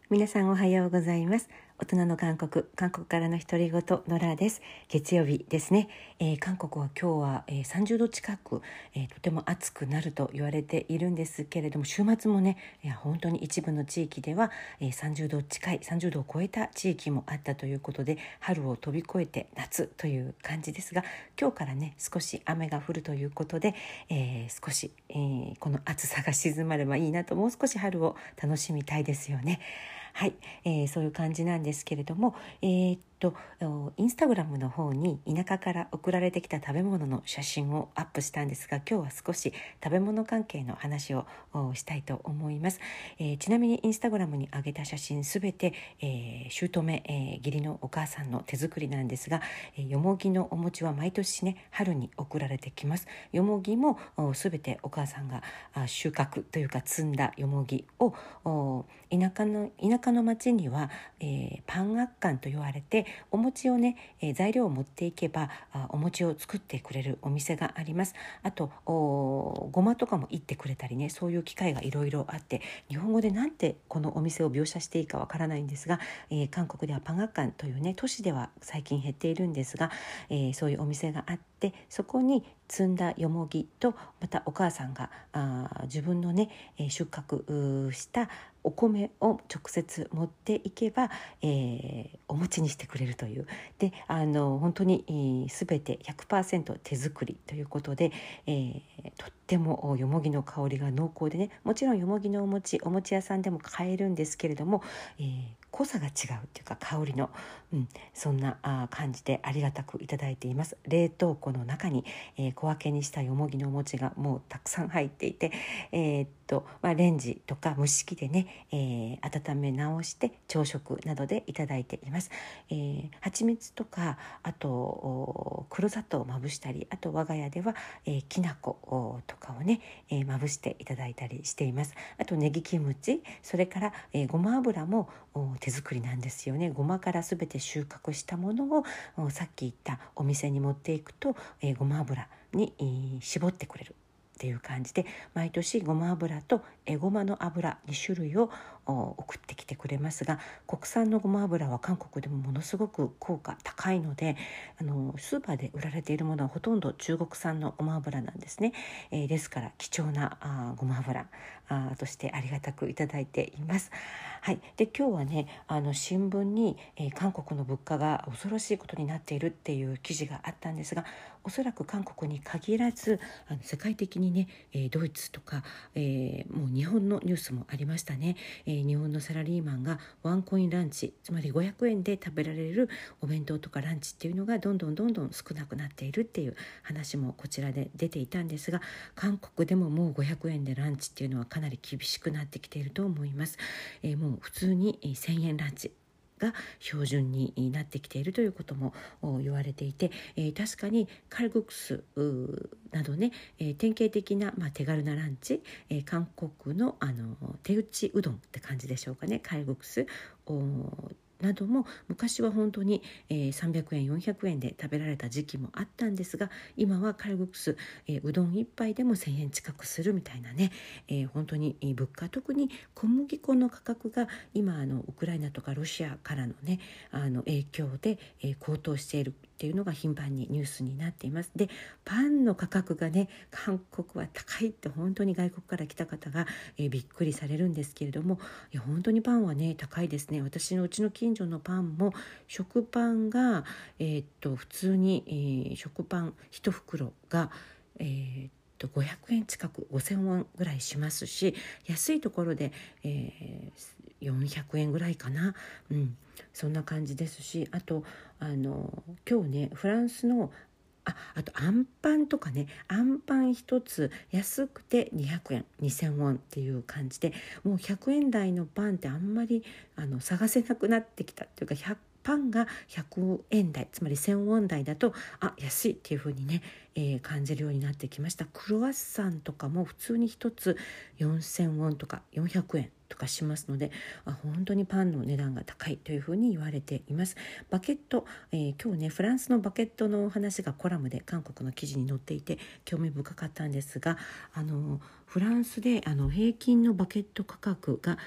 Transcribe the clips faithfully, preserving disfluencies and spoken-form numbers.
皆さんおはようございます。大人の韓国、韓国からの独り言、ノラです。月曜日ですね。えー、韓国は今日は、えー、さんじゅうど近く、えー、とても暑くなると言われているんですけれども、週末もね、いや本当に一部の地域では、えー、さんじゅうど近い、さんじゅうどを超えた地域もあったということで、春を飛び越えて夏という感じですが、今日からね、少し雨が降るということで、えー、少し、えー、この暑さが静まればいいなと、もう少し春を楽しみたいですよね。はい、えー、そういう感じなんですけれども、えー、っとインスタグラムの方に田舎から送られてきた食べ物の写真をアップしたんですが、今日は少し食べ物関係の話をしたいと思います。えー、ちなみにインスタグラムに上げた写真すべて、えー、姑、えー、義理のお母さんの手作りなんですが、えー、よもぎのお餅は毎年ね、春に送られてきます。よもぎもすべてお母さんが収穫というか摘んだよもぎを田舎の田舎の町には、えー、パンアッカンと言われて、お餅をね、えー、材料を持っていけばお餅を作ってくれるお店があります。あとごまとかもいってくれたりね、そういう機会がいろいろあって、日本語でなんてこのお店を描写していいかわからないんですが、えー、韓国ではパンアッカンというね、都市では最近減っているんですが、えー、そういうお店があって、そこに摘んだよもぎと、またお母さんがあ自分のね、えー、収穫したお米を直接持っていけば、えー、お餅にしてくれるという。で、あの本当に、えー、全て ひゃくパーセント 手作りということで、えー、とってもよもぎの香りが濃厚でね、もちろんよもぎのお餅、お餅屋さんでも買えるんですけれども、えー、濃さが違うっていうか、香りの、うん、そんなあ感じでありがたくいただいています。冷凍庫の中に、えー、小分けにしたよもぎのお餅がもうたくさん入っていて、えーっとまあ、レンジとか蒸し器でね、えー、温め直して朝食などでいただいています。えー、蜂蜜とか、あと黒砂糖をまぶしたり、あと我が家では、えー、きな粉とかをね、えー、まぶしていただいたりしています。あとネギキムチ、それから、えー、ごま油も手作りなんですよね。ごまからすべて収穫したものをさっき言ったお店に持っていくと、えー、ごま油に、えー、絞ってくれるっていう感じで、毎年ごま油とえごまの油に種類を送ってきてくれますが、国産のごま油は韓国でもものすごく効果高いので、あのスーパーで売られているものはほとんど中国産のごま油なんですね。えー、ですから貴重なあごま油あとしてありがたくいただいています。はい、で今日はね、あの新聞に、えー、韓国の物価が恐ろしいことになっているっていう記事があったんですが、おそらく韓国に限らず、あの世界的にね、えー、ドイツとか、えー、もう日本のニュースもありましたね。えー、日本のサラリーマンがワンコインランチ、つまりごひゃくえんで食べられるお弁当とかランチっていうのがどんどんどんどん少なくなっているっていう話もこちらで出ていたんですが、韓国でももうごひゃくえんでランチっていうのはかなり厳しくなってきていると思います。えー、もう普通にせんえんランチが標準になってきているということも言われていて、えー、確かにカルグクスなどね、えー、典型的な、まあ、手軽なランチ、えー、韓国の、あの手打ちうどんって感じでしょうかね。カルグクスなども昔は本当に、えー、さんびゃくえんよんひゃくえんで食べられた時期もあったんですが、今はカルグクス、えー、うどん一杯でもせんえん近くするみたいなね、えー、本当に物価、特に小麦粉の価格が今あのウクライナとかロシアからのね、あの影響で、えー、高騰しているっていうのが頻繁にニュースになっています。で、パンの価格がね、韓国は高いって本当に外国から来た方が、えー、びっくりされるんですけれども、いや本当にパンはね高いですね。私のうちの近所のパンも食パンが、えー、っと普通に、えー、食パンいち袋が、えーごひゃくえん近くごせんウォンぐらいしますし、安いところで、えー、よんひゃくえんぐらいかな、うん、そんな感じですし、あとあの今日ねフランスのああとあんパンとかね、あんパン一つ安くてにひゃくえんにせんウォンっていう感じで、もうひゃくえん台のパンってあんまりあの探せなくなってきたっていうか、ひゃくパンがひゃくえん台、つまりせんウォン台だとあ安いっていう風にね、えー、感じるようになってきました。クロワッサンとかも普通に一つよんせんウォンとかよんひゃくえんとかしますので、あ本当にパンの値段が高いというふうに言われています。バケット、えー、今日ねフランスのバケットの話がコラムで韓国の記事に載っていて興味深かったんですが、あのフランスであの平均のバケット価格が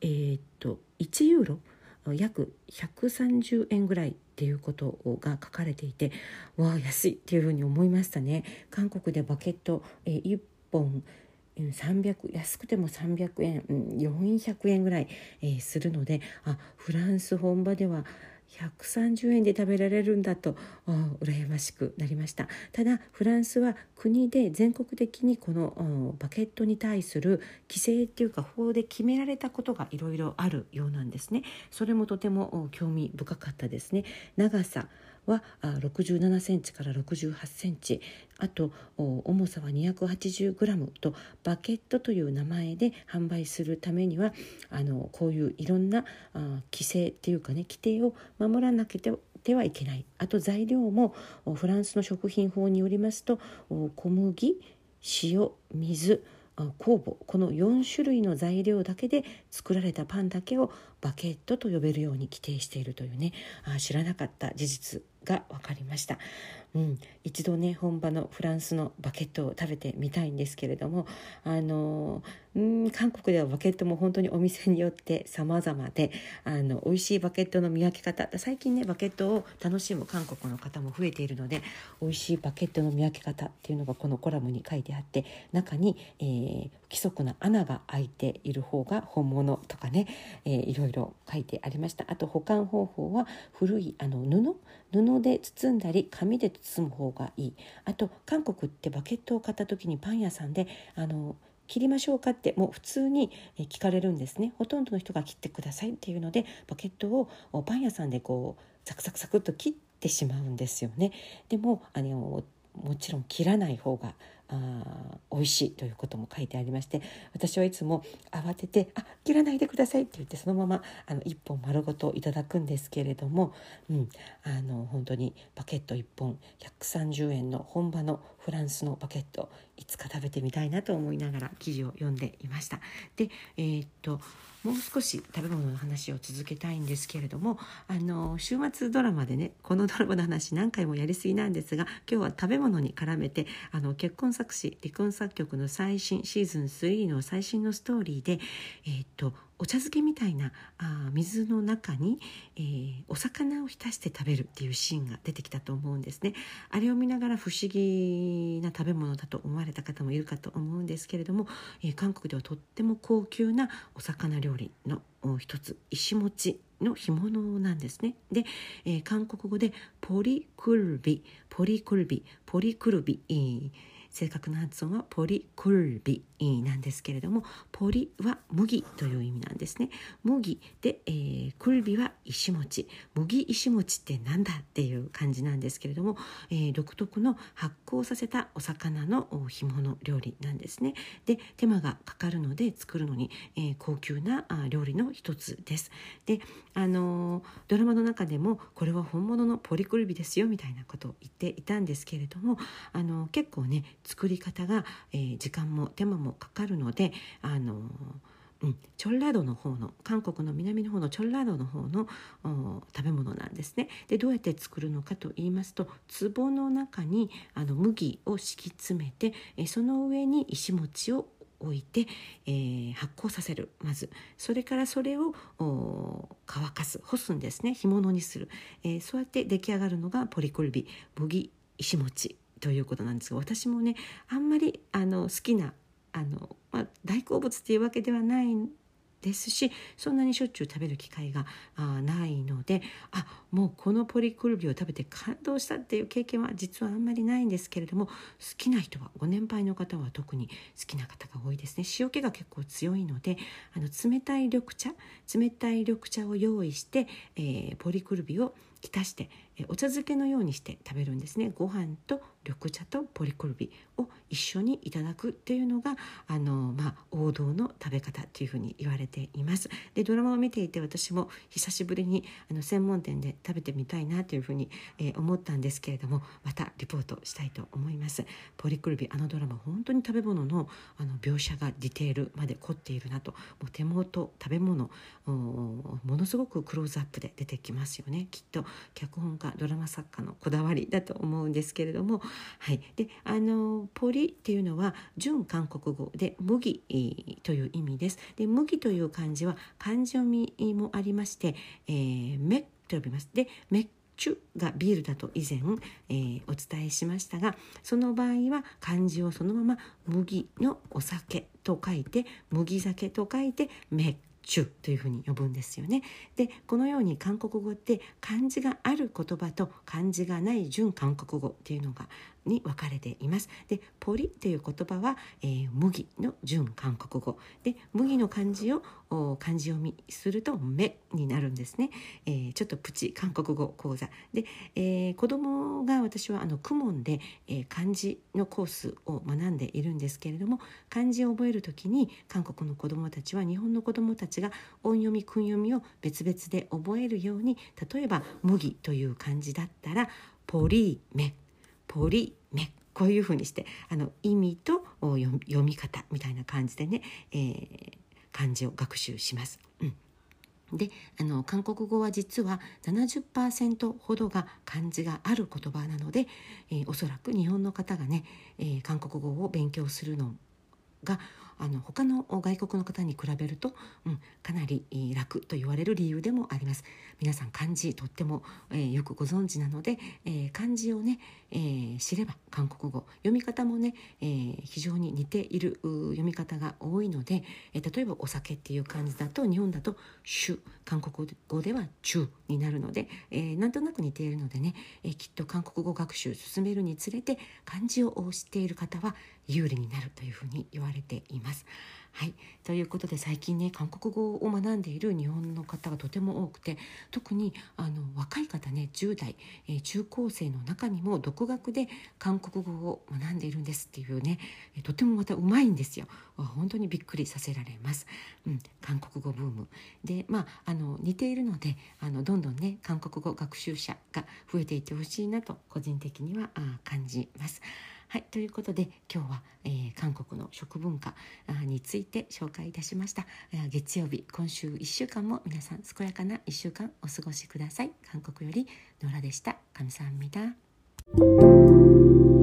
えー、っといちユーロ約ひゃくさんじゅうえんぐらいっていうことが書かれていて、わあ安いっていうふうに思いましたね。韓国でバケット、えー、いっぽんさんびゃく、安くてもさんびゃくえん、よんひゃくえんぐらい、えー、するので、あ、フランス本場ではひゃくさんじゅうえんで食べられるんだと、あ羨ましくなりました。ただフランスは国で全国的にこのバケットに対する規制っていうか法で決められたことがいろいろあるようなんですね。それもとても興味深かったですね。長さはろくじゅうななセンチからろくじゅうはちセンチ、あと重さはにひゃくはちじゅうグラムと、バケットという名前で販売するためにはあのこういういろんなあ規制っていうかね、規定を守らなきゃてはいけない。あと材料もフランスの食品法によりますと、小麦、塩、水、酵母、このよん種類の材料だけで作られたパンだけをバケットと呼べるように規定しているというね、あ知らなかった事実が分かりました。うん、一度ね本場のフランスのバケットを食べてみたいんですけれども、あのうん韓国ではバケットも本当にお店によって様々で、あの美味しいバケットの見分け方、最近ねバケットを楽しむ韓国の方も増えているので、美味しいバケットの見分け方っていうのがこのコラムに書いてあって、中に、えー、不規則な穴が開いている方が本物とかね、えー、いろいろ書いてありました。あと保管方法は古いあの布布で包んだり紙で包む方がいい。あと韓国ってバケットを買った時にパン屋さんであの切りましょうかってもう普通に聞かれるんですね。ほとんどの人が切ってくださいっていうので、バケットをパン屋さんでこうサクサクサクっと切ってしまうんですよね。でもあのもちろん切らない方があ美味しいということも書いてありまして、私はいつも慌ててあ切らないでくださいって言ってそのままあのいっぽん丸ごといただくんですけれども、うん、あの本当にバケットいっぽんひゃくさんじゅうえんの本場のフランスのバケット、いつか食べてみたいなと思いながら記事を読んでいました。で、えー、っともう少し食べ物の話を続けたいんですけれども、あの週末ドラマでね、このドラマの話何回もやりすぎなんですが、今日は食べ物に絡めてあの結婚作詞離婚作曲の最新シーズンスリーの最新のストーリーで、えー、っとお茶漬けみたいなあ水の中に、えー、お魚を浸して食べるっていうシーンが出てきたと思うんですね。あれを見ながら不思議な食べ物だと思われた方もいるかと思うんですけれども、えー、韓国ではとっても高級なお魚料理の一つ、石餅の干物なんですね。で、えー、韓国語でポリクルビ、ポリクルビ、ポリクルビ、えー正確な発音はポリクルビなんですけれども、ポリは麦という意味なんですね。麦で、えー、クルビは石餅、麦石餅ってなんだっていう感じなんですけれども、えー、独特の発酵させたお魚の干物料理なんですね。で、手間がかかるので作るのに、えー、高級な料理の一つです。で、あのー、ドラマの中でもこれは本物のポリクルビですよみたいなことを言っていたんですけれども、あのー、結構ね作り方が、えー、時間も手間もかかるので、あの、うん、チョンラドの方の韓国の南の方のチョンラドの方の食べ物なんですね。で、どうやって作るのかと言いますと、壺の中にあの麦を敷き詰めて、えその上に石餅を置いて、えー、発酵させる。まずそれからそれを乾かす、干すんですね。干物にする、えー、そうやって出来上がるのがポリクルビ、麦石餅ということなんですが、私もねあんまりあの好きなあの、まあ、大好物っていうわけではないんですし、そんなにしょっちゅう食べる機会があないので、あもうこのポリクルビを食べて感動したっていう経験は実はあんまりないんですけれども、好きな人はご年配の方は特に好きな方が多いですね。塩気が結構強いので、あの冷たい緑茶冷たい緑茶を用意して、えー、ポリクルビを浸して、えー、お茶漬けのようにして食べるんですね。ご飯と緑茶とポリクルビを一緒にいただくっていうのがあの、まあ、王道の食べ方っていうふうに言われています。で、ドラマを見ていて私も久しぶりにあの専門店で食べてみたいなというふうに、えー、思ったんですけれども、またリポートしたいと思います。ポリクルビ、あのドラマ本当に食べ物の、あの描写がディテールまで凝っているなと、もう手元食べ物ものすごくクローズアップで出てきますよね。きっと脚本家ドラマ作家のこだわりだと思うんですけれども、はい、であのポリっていうのは純韓国語で麦という意味です。で麦という漢字は漢字読みもありまして、えー、メと呼びます。でメチュがビールだと以前、えー、お伝えしましたが、その場合は漢字をそのまま麦のお酒と書いて麦酒と書いてメチュというふうに呼ぶんですよね。でこのように韓国語って漢字がある言葉と漢字がない純韓国語っていうのがに分かれています。でポリという言葉は、えー、麦の純韓国語で、麦の漢字を漢字読みすると目になるんですね。えー、ちょっとプチ韓国語講座で、えー、子供が私はあの公文で、えー、漢字のコースを学んでいるんですけれども、漢字を覚えるときに韓国の子供たちは日本の子供たちが音読み訓読みを別々で覚えるように、例えば麦という漢字だったらポリメポリメこういうふうにしてあの意味と読み方みたいな感じでね、えー、漢字を学習します。うんであの韓国語は実は ななじゅっパーセント ほどが漢字がある言葉なので、えー、おそらく日本の方がね、えー、韓国語を勉強するのがあの他の外国の方に比べると、うん、かなり楽と言われる理由でもあります。皆さん漢字とっても、えー、よくご存知なので、えー、漢字をね、えー、知れば韓国語読み方もね、えー、非常に似ている読み方が多いので、えー、例えばお酒っていう漢字だと日本だと酒、韓国語では中になるので、えー、なんとなく似ているのでね、えー、きっと韓国語学習を進めるにつれて漢字を知っている方は有利になるというふうに言われています。はい、ということで最近ね韓国語を学んでいる日本の方がとても多くて、特にあの若い方ねじゅう代、えー、中高生の中にも独学で韓国語を学んでいるんですっていうね、えー、とてもまたうまいんですよ。本当にびっくりさせられます。うん、韓国語ブームで、まあ、あの似ているのであのどんどんね韓国語学習者が増えていってほしいなと個人的にはあ感じます。はい、ということで今日は、えー、韓国の食文化について紹介いたしました。月曜日、今週いっしゅうかんも皆さん健やかないっしゅうかんお過ごしください。韓国よりノラでした。감사합니다。